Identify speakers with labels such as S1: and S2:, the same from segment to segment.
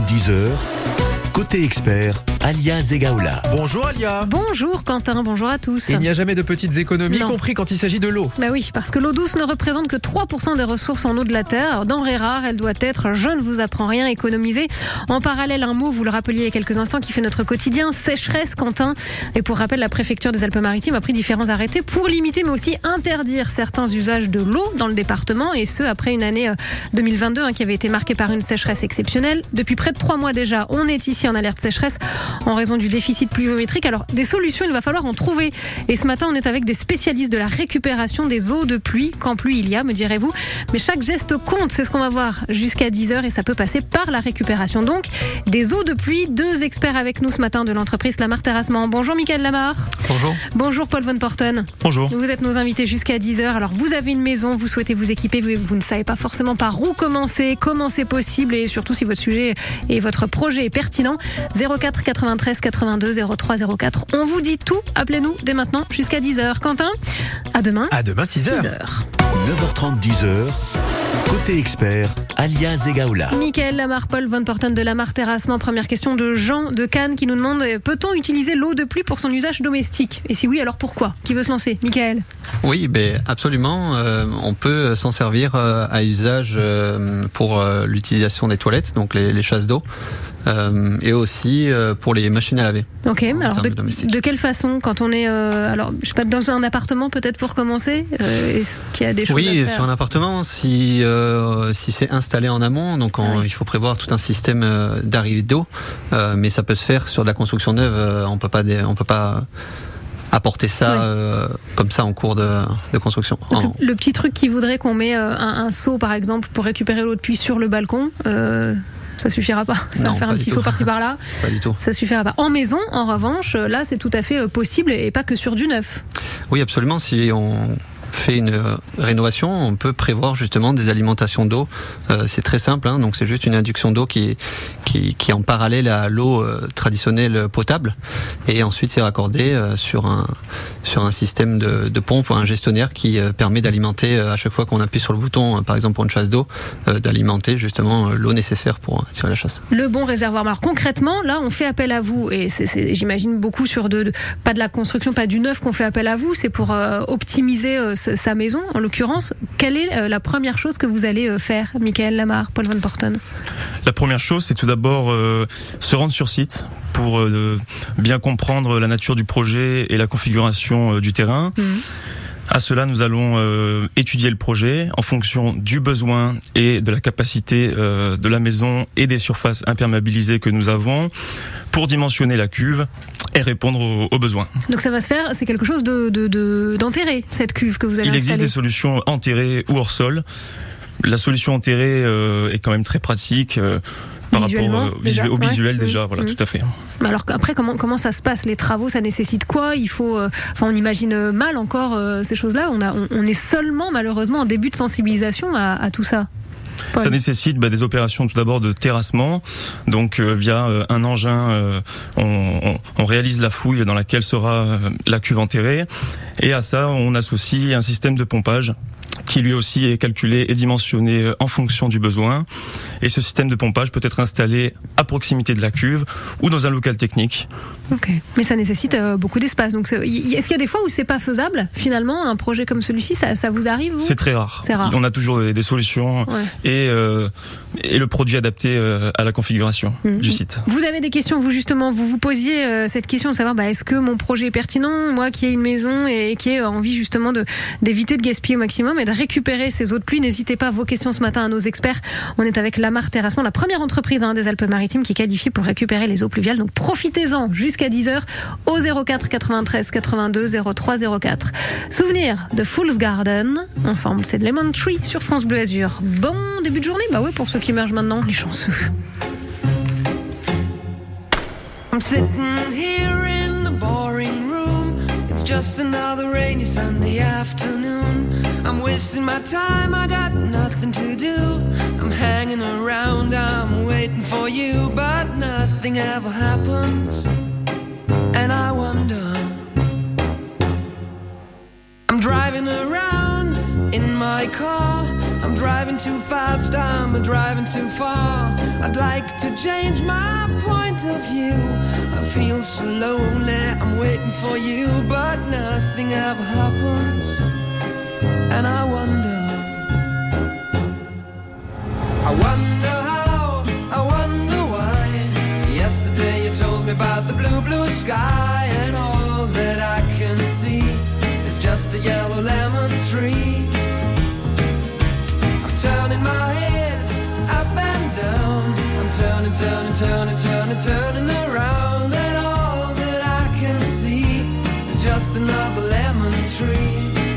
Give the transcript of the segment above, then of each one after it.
S1: 9h30-10h, côté expert, Alia Zegaoula.
S2: Bonjour Alia.
S3: Bonjour Quentin, bonjour à tous.
S2: Il n'y a jamais de petites économies, y
S3: Non.
S2: compris quand il s'agit de l'eau.
S3: Bah oui, parce que l'eau douce ne représente que 3% des ressources en eau de la Terre. Alors, denrée rare, elle doit être, je ne vous apprends rien, économisée. En parallèle, un mot, vous le rappeliez il y a quelques instants, qui fait notre quotidien, sécheresse, Quentin. Et pour rappel, la préfecture des Alpes-Maritimes a pris différents arrêtés pour limiter, mais aussi interdire certains usages de l'eau dans le département. Et ce, après une année 2022 qui avait été marquée par une sécheresse exceptionnelle. Depuis près de 3 mois déjà, on est ici en alerte sécheresse en raison du déficit pluviométrique. Alors, des solutions, il va falloir en trouver. Et ce matin, on est avec des spécialistes de la récupération des eaux de pluie, quand pluie il y a, me direz-vous. Mais chaque geste compte, c'est ce qu'on va voir jusqu'à 10h et ça peut passer par la récupération. Donc, des eaux de pluie, 2 experts avec nous ce matin de l'entreprise Lamar Terrassement. Bonjour Michael Lamar.
S4: Bonjour.
S3: Bonjour Paul Von Porten.
S4: Bonjour.
S3: Vous êtes nos invités jusqu'à 10h. Alors, vous avez une maison, vous souhaitez vous équiper, vous ne savez pas forcément par où commencer, comment c'est possible et surtout si votre sujet et votre projet est pertinent. 04 93 82 03 04. On vous dit tout. Appelez-nous dès maintenant jusqu'à 10h. Quentin, à demain.
S2: À demain 6h.
S1: 9h30-10h, côté expert, Alia Zegaoula.
S3: Michael Lamar, Paul Von Porten de Lamar Terrassement. Première question de Jean de Cannes qui nous demande peut-on utiliser l'eau de pluie pour son usage domestique? Et si oui, alors pourquoi? Qui veut se lancer? Michael?
S4: Oui, absolument. On peut s'en servir à usage pour l'utilisation des toilettes, donc les chasses d'eau, et aussi pour les machines à laver.
S3: Ok, alors
S4: domestique.
S3: de quelle façon? Quand on est je sais pas, dans un appartement peut-être pour commencer, est-ce qu'il y a des choses à
S4: Oui,
S3: faire?
S4: sur un appartement, si c'est installé en amont, donc il faut prévoir tout un système d'arrivée d'eau, mais ça peut se faire sur de la construction neuve. On peut pas apporter ça comme ça en cours de construction.
S3: Donc, le petit truc qui voudrait qu'on met un seau par exemple pour récupérer l'eau de pluie sur le balcon, ça suffira pas. Ça va faire un petit saut par-ci par-là.
S4: Pas du tout.
S3: Ça suffira pas. En maison, en revanche, là c'est tout à fait possible et pas que sur du neuf.
S4: Oui, absolument. Si on fait une rénovation, on peut prévoir justement des alimentations d'eau. C'est très simple, donc c'est juste une induction d'eau qui est en parallèle à l'eau traditionnelle potable, et ensuite c'est raccordé sur un système de pompe ou un gestionnaire qui permet d'alimenter à chaque fois qu'on appuie sur le bouton, par exemple pour une chasse d'eau, d'alimenter justement l'eau nécessaire pour tirer la chasse.
S3: Le bon réservoir. Alors concrètement, là on fait appel à vous et c'est j'imagine beaucoup sur pas de la construction, pas du neuf qu'on fait appel à vous, c'est pour optimiser sa maison. En l'occurrence, quelle est la première chose que vous allez faire, Michael Lamar, Paul Von Porten?
S5: La première chose, c'est tout d'abord se rendre sur site pour bien comprendre la nature du projet et la configuration du terrain. À cela, nous allons étudier le projet en fonction du besoin et de la capacité de la maison et des surfaces imperméabilisées que nous avons pour dimensionner la cuve et répondre aux besoins.
S3: Donc ça va se faire, c'est quelque chose d'enterré, cette cuve que vous allez
S5: Il existe
S3: installer.
S5: des solutions enterrées ou hors sol. La solution enterrée est quand même très pratique par
S3: Visuellement,
S5: rapport
S3: déjà,
S5: au visuel
S3: ouais.
S5: déjà, voilà, tout à fait.
S3: Mais alors après, comment ça se passe? Les travaux, ça nécessite quoi? Il faut, on imagine mal encore ces choses-là. On est seulement malheureusement en début de sensibilisation à tout ça.
S5: Ça nécessite des opérations tout d'abord de terrassement. Donc via un engin, on réalise la fouille dans laquelle sera la cuve enterrée. Et à ça, on associe un système de pompage qui lui aussi est calculé et dimensionné en fonction du besoin. Et ce système de pompage peut être installé à proximité de la cuve ou dans un local technique.
S3: Ok, mais ça nécessite beaucoup d'espace. Donc, est-ce qu'il y a des fois où c'est pas faisable finalement, un projet comme celui-ci, ça vous arrive vous?
S5: C'est très rare.
S3: C'est rare.
S5: On a toujours des solutions et le produit adapté à la configuration du site.
S3: Vous avez des questions, vous justement, vous posiez cette question de savoir est-ce que mon projet est pertinent, moi qui ai une maison et qui ai envie justement d'éviter de gaspiller au maximum et de récupérer ces eaux de pluie. N'hésitez pas, vos questions ce matin à nos experts. On est avec Lamar Terrassement, la première entreprise des Alpes-Maritimes qui est qualifiée pour récupérer les eaux pluviales. Donc profitez-en jusqu'à 10h au 04 93 82 03 04. Souvenir de Fool's Garden. Ensemble, c'est de Lemon Tree sur France Bleu Azur. Bon début de journée, pour ceux qui émergent maintenant, les chanceux.
S6: I'm sitting here in the boring room. It's just another rainy Sunday afternoon. I'm wasting my time, I got nothing to do. I'm hanging around, I'm waiting for you, but nothing ever happens. And I wonder, I'm driving around in my car, I'm driving too fast, I'm driving too far. I'd like to change my point of view. I feel so lonely, I'm waiting for you, but nothing ever happens. And I wonder how, I wonder why. Yesterday you told me about the blue, blue sky, and all that I can see is just a yellow lemon tree. I'm turning my head up and down. I'm turning, turning, turning, turning, turning around, and all that I can see is just another lemon tree.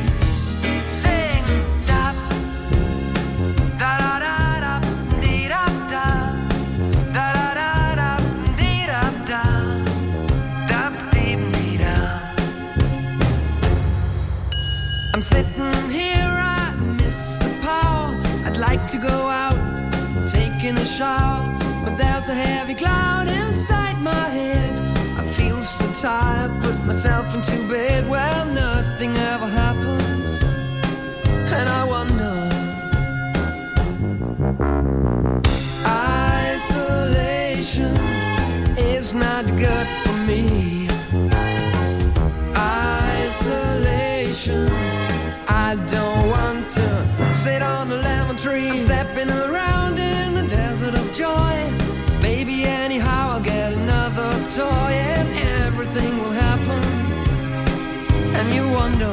S6: I'm sitting here, I miss the power. I'd like to go out, taking a shower, but there's a heavy cloud inside my head. I feel so tired, put myself into bed. Well, nothing ever happens, and I wonder. Isolation is not good for me. Isolation, I don't want to sit on a lemon tree. I'm stepping around in the desert of joy. Baby, anyhow, I'll get another toy, and everything will happen. And you wonder,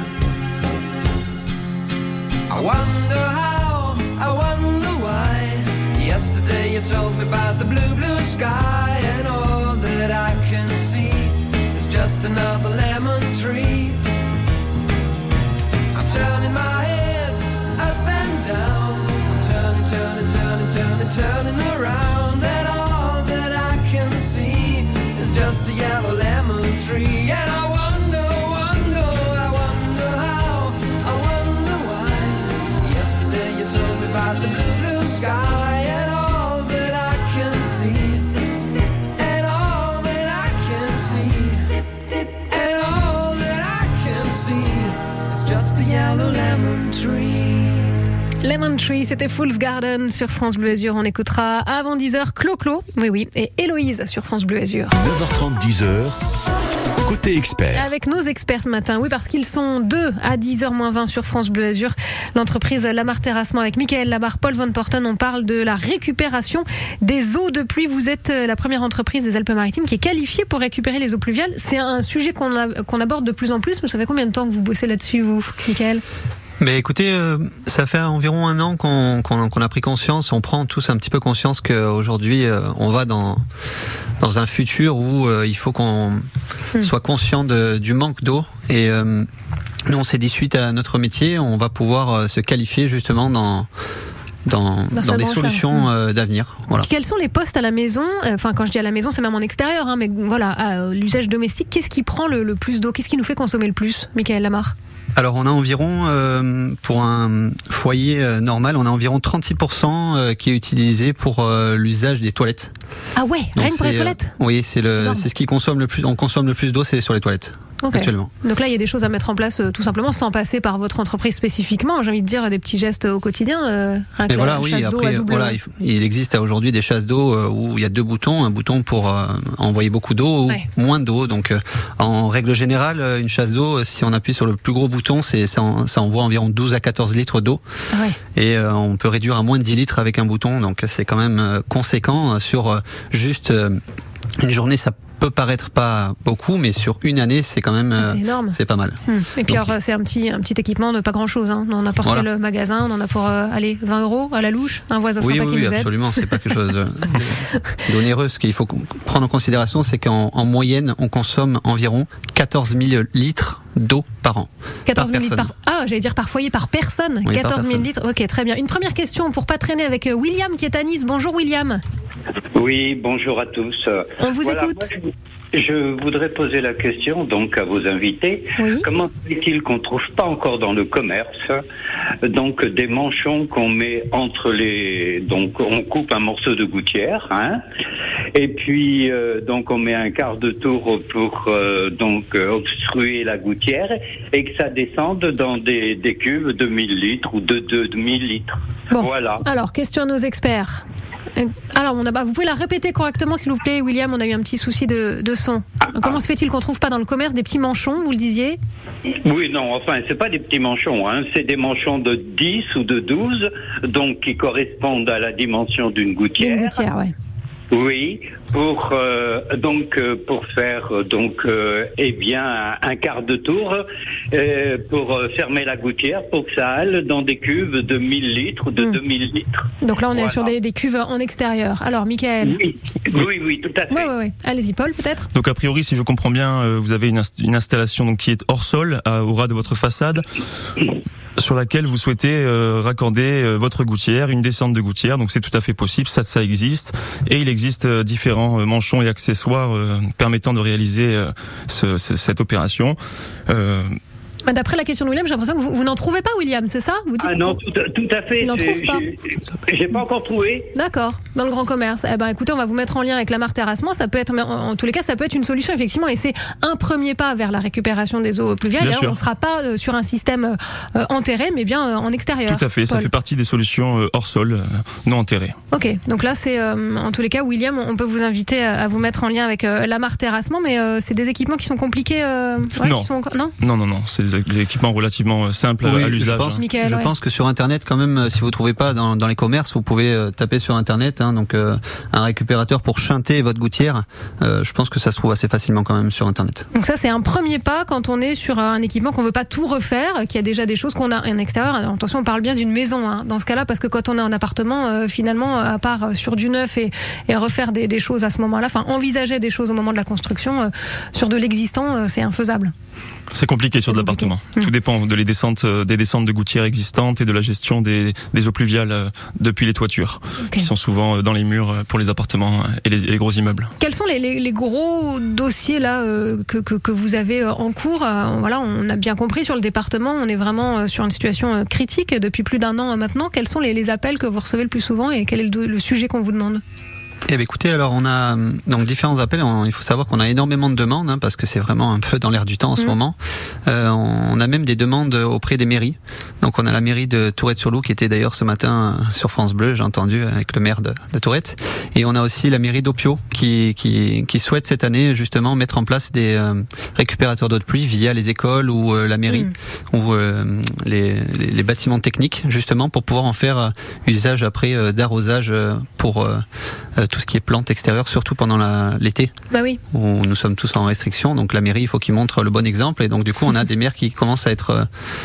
S6: I wonder how, I wonder why. Yesterday you told me about the blue, blue sky, and all that I can see is just another lemon tree. I'm turning my head up and down. I'm turning, turning, turning, turning, turning around, and all that I can see is just a yellow lemon tree. And I wonder, wonder, I wonder how, I wonder why. Yesterday you told me about the blue, blue sky, and all that I can see, and all that I can see, and all that I can see is just a yellow lemon tree.
S3: Lemon Tree, c'était Fool's Garden sur France Bleu Azur. On écoutera avant 10h Clo-Clo, oui, et Héloïse sur France Bleu Azur.
S1: 9h30, 10h, côté expert.
S3: Avec nos experts ce matin, oui, parce qu'ils sont 2 à 10h-20 sur France Bleu Azur. L'entreprise Lamar Terrassement avec Michael Lamar, Paul Van Porten, on parle de la récupération des eaux de pluie. Vous êtes la première entreprise des Alpes-Maritimes qui est qualifiée pour récupérer les eaux pluviales. C'est un sujet qu'on aborde de plus en plus. Mais ça fait combien de temps que vous bossez là-dessus, vous, Michael ?
S4: Mais écoutez, ça fait environ 1 an qu'on a pris conscience, on prend tous un petit peu conscience qu'aujourd'hui on va dans un futur où il faut qu'on soit conscient du manque d'eau, et nous on s'est dit, suite à notre métier, on va pouvoir se qualifier justement dans des solutions d'avenir. Voilà.
S3: Quels sont les postes à la maison ? Enfin, quand je dis à la maison, c'est même en extérieur, hein, mais voilà, à l'usage domestique, qu'est-ce qui prend le plus d'eau ? Qu'est-ce qui nous fait consommer le plus, Michael Lamar ?
S4: Alors on a environ, pour un foyer normal, on a environ 36% qui est utilisé pour l'usage des toilettes.
S3: Ah ouais,
S4: donc
S3: rien que pour les toilettes ?
S4: Oui, c'est ce qui consomme le plus. On consomme le plus d'eau, c'est sur les toilettes. Okay. Actuellement.
S3: Donc là, il y a des choses à mettre en place tout simplement sans passer par votre entreprise spécifiquement. J'ai envie de dire des petits gestes au quotidien. Rien que
S4: voilà,
S3: la chasse d'eau à double.
S4: Voilà, il existe aujourd'hui des chasses d'eau où il y a 2 boutons, un bouton pour envoyer beaucoup d'eau ou moins d'eau. Donc en règle générale, une chasse d'eau, si on appuie sur le plus gros bouton, ça envoie environ 12 à 14 litres d'eau. Ouais. Et on peut réduire à moins de 10 litres avec un bouton. Donc c'est quand même conséquent sur juste une journée. Ça peut paraître pas beaucoup, mais sur une année, c'est quand même
S3: c'est énorme.
S4: C'est pas mal.
S3: Et puis alors, c'est un petit équipement de pas grand chose, hein. Dans n'importe quel magasin, on en a pour 20 € à la louche, un voisin sympa qui nous aide.
S4: Oui, absolument, c'est pas quelque chose d'onéreux. Ce qu'il faut prendre en considération, c'est qu'en moyenne, on consomme environ 14 000 litres d'eau par an.
S3: 14 000 litres par... Ah, j'allais dire par foyer, par personne. Oui, 14 000 litres. Ok, très bien. Une première question pour pas traîner avec William qui est à Nice. Bonjour William.
S7: Oui, bonjour à tous.
S3: On vous écoute.
S7: Je voudrais poser la question donc à vos invités.
S3: Oui.
S7: Comment fait-il qu'on ne trouve pas encore dans le commerce donc des manchons qu'on met entre les... Donc on coupe un morceau de gouttière, et puis donc on met un quart de tour pour obstruer la gouttière et que ça descende dans des cuves de 1000 litres ou de 2000 litres.
S3: Bon.
S7: Voilà.
S3: Alors, question à nos experts. Alors, vous pouvez la répéter correctement, s'il vous plaît, William. On a eu un petit souci de son. Comment se fait-il qu'on trouve pas dans le commerce des petits manchons, vous le disiez ?
S7: Oui, non, enfin, c'est pas des petits manchons, c'est des manchons de 10 ou de 12, donc qui correspondent à la dimension d'une gouttière.
S3: Une gouttière, ouais.
S7: Oui, pour faire un quart de tour pour fermer la gouttière pour que ça aille dans des cuves de 1000 litres ou de 2000 litres.
S3: Donc là, on est sur des cuves en extérieur. Alors, Michael.
S7: Oui, tout à fait.
S3: Oui. Allez-y, Paul, peut-être.
S5: Donc a priori, si je comprends bien, vous avez une installation donc qui est hors sol, au ras de votre façade, sur laquelle vous souhaitez raccorder votre gouttière, une descente de gouttière. Donc c'est tout à fait possible, ça existe. Et il existe différents manchons et accessoires permettant de réaliser cette opération.
S3: D'après la question de William, j'ai l'impression que vous n'en trouvez pas, William, c'est ça ? Vous dites
S7: non, tout à fait.
S3: Il n'en trouve pas.
S7: J'ai pas encore trouvé.
S3: D'accord, dans le grand commerce. Écoutez, on va vous mettre en lien avec l'Amarre Terrassement. Ça peut être, en tous les cas, ça peut être une solution, effectivement, et c'est un premier pas vers la récupération des eaux pluviales.
S5: Bien sûr.
S3: On ne sera pas sur un système enterré, mais bien en extérieur.
S5: Tout à fait, ça fait partie des solutions hors sol, non enterrées.
S3: Ok, donc là, c'est, en tous les cas, William, on peut vous inviter à vous mettre en lien avec l'Amarre Terrassement, mais c'est des équipements qui sont compliqués.
S5: Non. Non, c'est des équipements relativement simple à l'usage.
S4: Je pense que sur Internet, quand même, si vous trouvez pas dans les commerces, vous pouvez taper sur Internet, donc un récupérateur pour shunter votre gouttière. Je pense que ça se trouve assez facilement quand même sur Internet.
S3: Donc ça, c'est un premier pas quand on est sur un équipement qu'on veut pas tout refaire, qu'il y a déjà des choses qu'on a en extérieur. Alors, attention, on parle bien d'une maison, dans ce cas-là, parce que quand on est en appartement, finalement, à part sur du neuf et refaire des choses à ce moment-là, envisager des choses au moment de la construction, sur de l'existant, c'est infaisable.
S5: C'est compliqué sur de l'appartement. Tout dépend des descentes de gouttières existantes et de la gestion des eaux pluviales depuis les toitures, qui sont souvent dans les murs pour les appartements et les gros immeubles.
S3: Quels sont les gros dossiers là que vous avez en cours ? On a bien compris sur le département, on est vraiment sur une situation critique depuis plus d'1 an maintenant. Quels sont les appels que vous recevez le plus souvent et quel est le sujet qu'on vous demande ?
S4: Écoutez, alors on a donc différents appels. Il faut savoir qu'on a énormément de demandes, parce que c'est vraiment un peu dans l'air du temps en ce moment. On a même des demandes auprès des mairies. Donc on a la mairie de Tourette-sur-Loup qui était d'ailleurs ce matin sur France Bleu, j'ai entendu, avec le maire de Tourette. Et on a aussi la mairie d'Opio qui souhaite cette année justement mettre en place des récupérateurs d'eau de pluie via les écoles ou la mairie ou les bâtiments techniques, justement pour pouvoir en faire usage après d'arrosage pour tout ce qui est plantes extérieures, surtout pendant l'été, où nous sommes tous en restriction. Donc la mairie, il faut qu'ils montrent le bon exemple, et donc du coup on a des maires qui commencent à être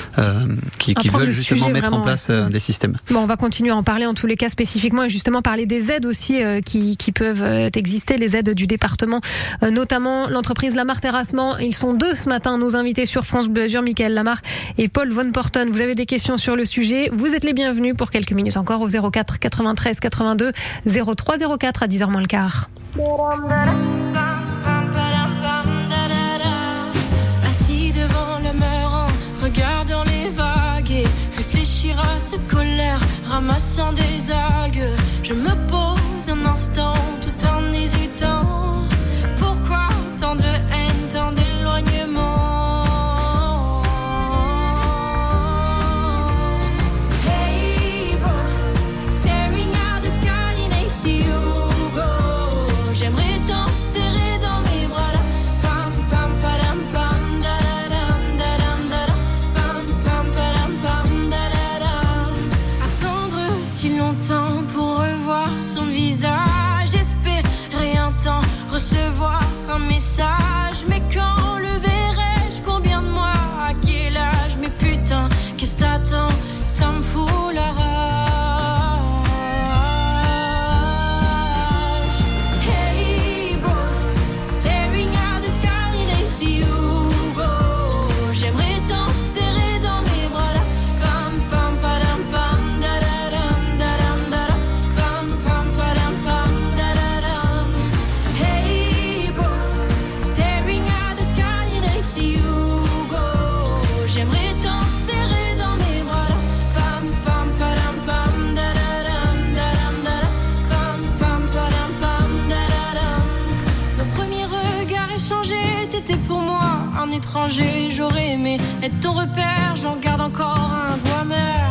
S4: qui veulent justement mettre en place des systèmes.
S3: Bon, on va continuer à en parler en tous les cas spécifiquement, et justement parler des aides aussi qui peuvent exister, les aides du département, notamment l'entreprise L'Amarre Terrassement. Ils sont 2 ce matin, nos invités sur France Bleu Azur, Michael Lamarre et Paul Von Porten. Vous avez des questions sur le sujet, vous êtes les bienvenus pour quelques minutes encore au 04 93 82 03 04 à 10h moins le quart.
S8: Assis devant le mur, regardant les vagues et réfléchir à cette colère, ramassant des algues. Je me pose un instant tout en hésitant. Pourquoi tant de haine, tant d'éloignement? étranger. J'aurais aimé être ton repère, j'en garde encore un goût amer.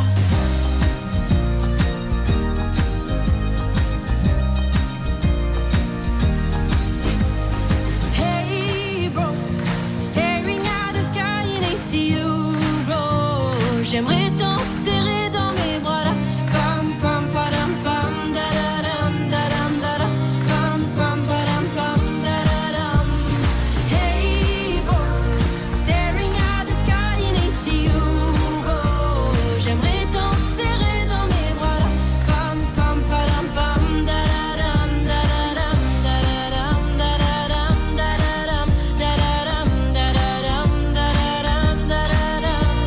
S8: Hey bro, staring at the sky and I see you glow. J'aimerais tant te serrer dans mes bras là. Pam pam padam pam da da dam da dam da da. Pam pam padam pam da da dam. Hey bro, staring at the sky and I see you go. J'aimerais tant te serrer dans mes bras là. Pam pam padam pam da da dam da da dam da da dam da da dam da da dam da da dam da da dam da da dam da da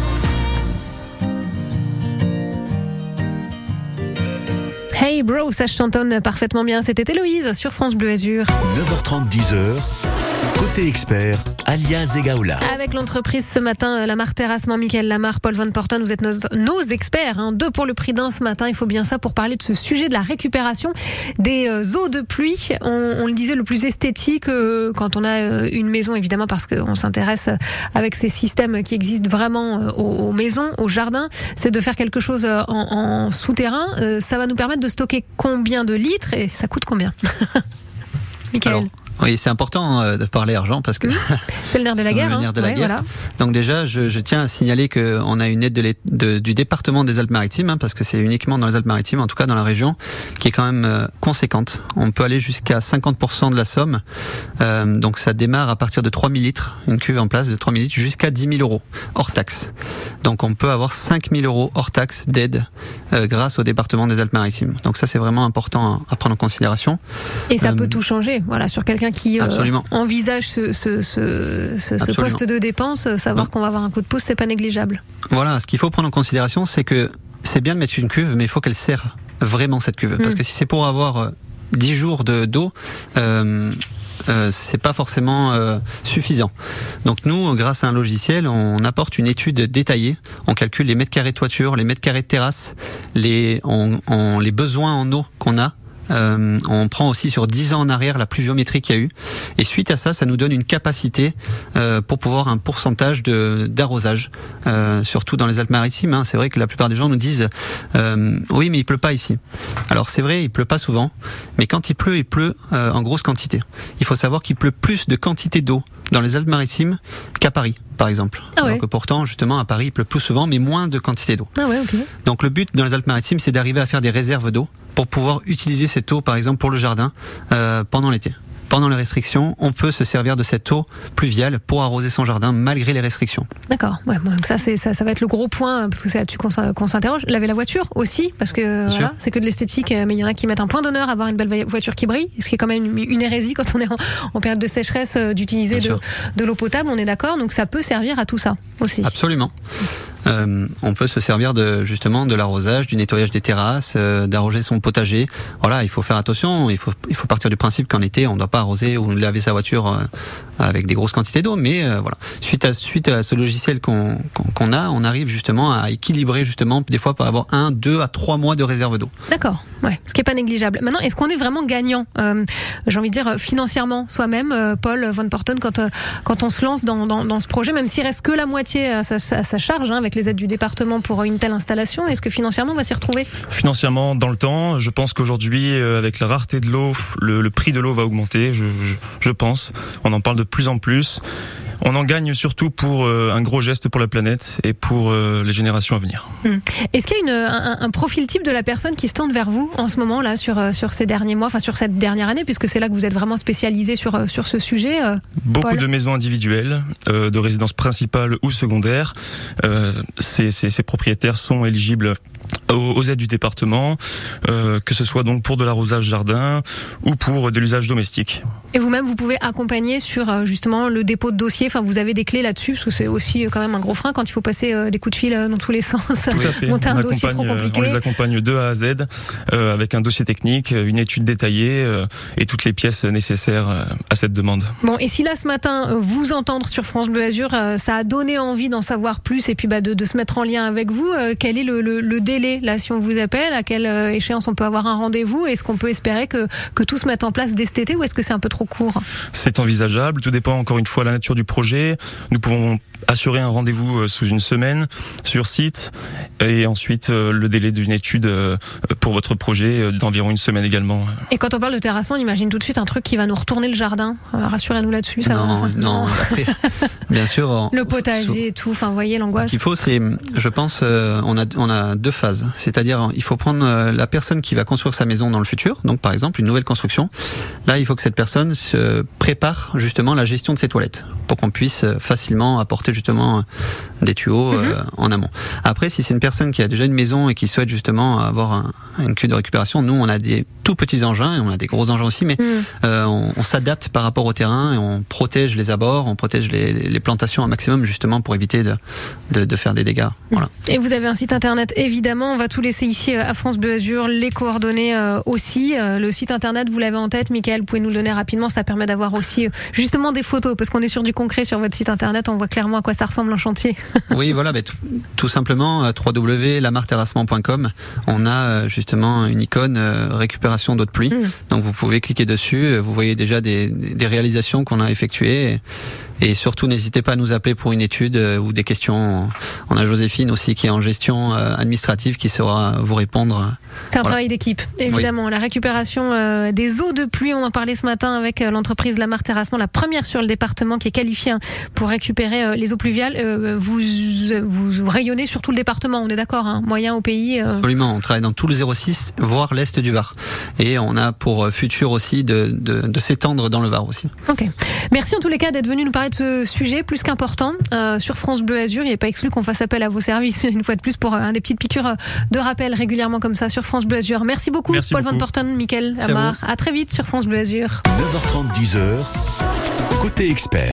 S8: dam.
S3: Hey bro, ça chantonne parfaitement bien. C'était Héloïse sur France Bleu Azur.
S1: 9h30, 10h. Côté expert, Alia Zegaoula.
S3: Avec l'entreprise ce matin, Lamar Terrassement, Michael Lamar, Paul Van Porten, vous êtes nos experts. 2 pour le prix d'un ce matin. Il faut bien ça pour parler de ce sujet de la récupération des eaux de pluie. On le disait, le plus esthétique quand on a une maison, évidemment, parce qu'on s'intéresse avec ces systèmes qui existent vraiment aux maisons, aux jardins, c'est de faire quelque chose en souterrain. Ça va nous permettre de stocker combien de litres et ça coûte combien? Michael.
S4: Alors, oui, c'est important de parler argent parce que
S3: c'est le nerf de la guerre.
S4: Le nerf de la guerre.
S3: Voilà.
S4: Donc déjà, je tiens à signaler qu'on a une aide du département des Alpes-Maritimes, parce que c'est uniquement dans les Alpes-Maritimes, en tout cas dans la région, qui est quand même conséquente. On peut aller jusqu'à 50% de la somme. Donc ça démarre à partir de 3000 litres, une cuve en place de 3000 litres, jusqu'à 10 000 euros, hors taxe. Donc on peut avoir 5 000 euros hors taxe d'aide grâce au département des Alpes-Maritimes. Donc ça, c'est vraiment important à prendre en considération.
S3: Et ça peut tout changer. Voilà, sur quelqu'un qui envisage ce poste de dépense, savoir qu'on va avoir un coup de pouce, c'est pas négligeable.
S4: Voilà, ce qu'il faut prendre en considération, c'est que c'est bien de mettre une cuve, mais il faut qu'elle serve vraiment cette cuve. Parce que si c'est pour avoir 10 jours d'eau, c'est pas forcément suffisant. Donc nous, grâce à un logiciel, on apporte une étude détaillée. On calcule les mètres carrés de toiture, les mètres carrés de terrasse, les besoins en eau qu'on a. On prend aussi sur 10 ans en arrière la pluviométrie qu'il y a eu, et suite à ça, ça nous donne une capacité pour pouvoir un pourcentage d'arrosage, surtout dans les Alpes-Maritimes. C'est vrai que la plupart des gens nous disent oui, mais il pleut pas ici. Alors c'est vrai, il pleut pas souvent, mais quand il pleut en grosse quantité. Il faut savoir qu'il pleut plus de quantité d'eau dans les Alpes-Maritimes qu'à Paris, par exemple. Alors que pourtant, justement, à Paris, il pleut plus souvent, mais moins de quantité d'eau. Donc le but dans les Alpes-Maritimes, c'est d'arriver à faire des réserves d'eau pour pouvoir utiliser cette eau, par exemple, pour le jardin pendant l'été. Pendant les restrictions, on peut se servir de cette eau pluviale pour arroser son jardin malgré les restrictions.
S3: D'accord. Ouais, donc ça va être le gros point, parce que c'est là-dessus qu'on s'interroge. Laver la voiture aussi, parce que voilà, c'est que de l'esthétique, mais il y en a qui mettent un point d'honneur à avoir une belle voiture qui brille, ce qui est quand même une hérésie quand on est en période de sécheresse d'utiliser de l'eau potable, on est d'accord. Donc ça peut servir à tout ça aussi.
S4: Absolument. On peut se servir justement de l'arrosage, du nettoyage des terrasses, d'arroser son potager. Voilà, il faut faire attention. Il faut partir du principe qu'en été, on ne doit pas arroser ou laver sa voiture avec des grosses quantités d'eau. Mais voilà, suite à ce logiciel qu'on a, on arrive justement à équilibrer justement des fois pour avoir 1, 2 à 3 mois de réserve d'eau.
S3: D'accord. Ouais, ce qui est pas négligeable. Maintenant, est-ce qu'on est vraiment gagnant, j'ai envie de dire financièrement soi-même, Paul Van Porten, quand on se lance dans ce projet, même s'il reste que la moitié à sa charge, avec les aides du département pour une telle installation, est-ce que financièrement on va s'y retrouver?
S5: Financièrement, dans le temps, je pense qu'aujourd'hui, avec la rareté de l'eau, le prix de l'eau va augmenter. Je pense. On en parle de plus en plus. On en gagne surtout pour un gros geste pour la planète et pour les générations à venir.
S3: Est-ce qu'il y a un profil type de la personne qui se tourne vers vous en ce moment là sur ces derniers mois, enfin sur cette dernière année, puisque c'est là que vous êtes vraiment spécialisé sur ce sujet?
S5: Beaucoup de maisons individuelles, de résidences principales ou secondaires. Ces propriétaires sont éligibles aux aides du département, que ce soit donc pour de l'arrosage jardin ou pour de l'usage domestique.
S3: Et vous-même, vous pouvez accompagner sur justement le dépôt de dossier. Enfin, vous avez des clés là-dessus, parce que c'est aussi quand même un gros frein quand il faut passer des coups de fil dans tous les sens.
S5: Tout à fait.
S3: Monter un dossier trop compliqué.
S5: On les accompagne de A à Z avec un dossier technique, une étude détaillée et toutes les pièces nécessaires à cette demande.
S3: Bon, et si là ce matin vous entendre sur France Bleu Azur, ça a donné envie d'en savoir plus et puis de se mettre en lien avec vous. Quel est le délai délai là si on vous appelle? À quelle échéance on peut avoir un rendez-vous? Est-ce qu'on peut espérer que tout se mette en place dès cet été ou est-ce que c'est un peu trop court?
S5: C'est envisageable, tout dépend encore une fois de la nature du projet. Nous pouvons assurer un rendez-vous sous une semaine sur site et ensuite le délai d'une étude pour votre projet d'environ une semaine également.
S3: Et quand on parle de terrassement, on imagine tout de suite un truc qui va nous retourner le jardin. Rassurez-nous là-dessus. Ça
S4: non. Après, bien sûr.
S3: Le potager et tout. Enfin, vous voyez l'angoisse.
S4: Ce qu'il faut, c'est, je pense, on a deux phases. C'est-à-dire, il faut prendre la personne qui va construire sa maison dans le futur. Donc, par exemple, une nouvelle construction. Là, il faut que cette personne se prépare justement la gestion de ses toilettes pour qu'on puisse facilement apporter justement des tuyaux en amont. Après, si c'est une personne qui a déjà une maison et qui souhaite justement avoir une cuve de récupération, nous on a des tout petits engins et on a des gros engins aussi, mais on s'adapte par rapport au terrain et on protège les abords, on protège les plantations un maximum justement pour éviter de faire des dégâts. Voilà.
S3: Et vous avez un site internet évidemment, on va tout laisser ici à France Bleu Azur, les coordonnées aussi. Le site internet, vous l'avez en tête, Mickaël, vous pouvez nous le donner rapidement, ça permet d'avoir aussi justement des photos parce qu'on est sur du concret sur votre site internet, on voit clairement à quoi ça ressemble un chantier.
S4: Oui, voilà, tout simplement www.lamarterrassement.com. On a justement une icône récupération d'eau de pluie. Donc vous pouvez cliquer dessus, vous voyez déjà des réalisations qu'on a effectuées. Et surtout, n'hésitez pas à nous appeler pour une étude ou des questions. On a Joséphine aussi qui est en gestion administrative qui saura vous répondre.
S3: C'est un travail d'équipe, évidemment. Oui. La récupération des eaux de pluie, on en parlait ce matin avec l'entreprise Lamar Terrassement, la première sur le département qui est qualifiée pour récupérer les eaux pluviales. Vous rayonnez sur tout le département, on est d'accord, moyen au pays.
S4: Absolument, on travaille dans tout le 06, voire l'Est du Var. Et on a pour futur aussi de s'étendre dans le Var aussi.
S3: Ok. Merci en tous les cas d'être venu nous parler de ce sujet plus qu'important sur France Bleu Azur. Il n'est pas exclu qu'on fasse appel à vos services une fois de plus pour des petites piqûres de rappel régulièrement comme ça sur France Bleu Azur. Merci beaucoup, Paul Van Porten, Mickaël Amar. À très vite sur France Bleu Azur.
S1: 9h30, 10h, côté expert.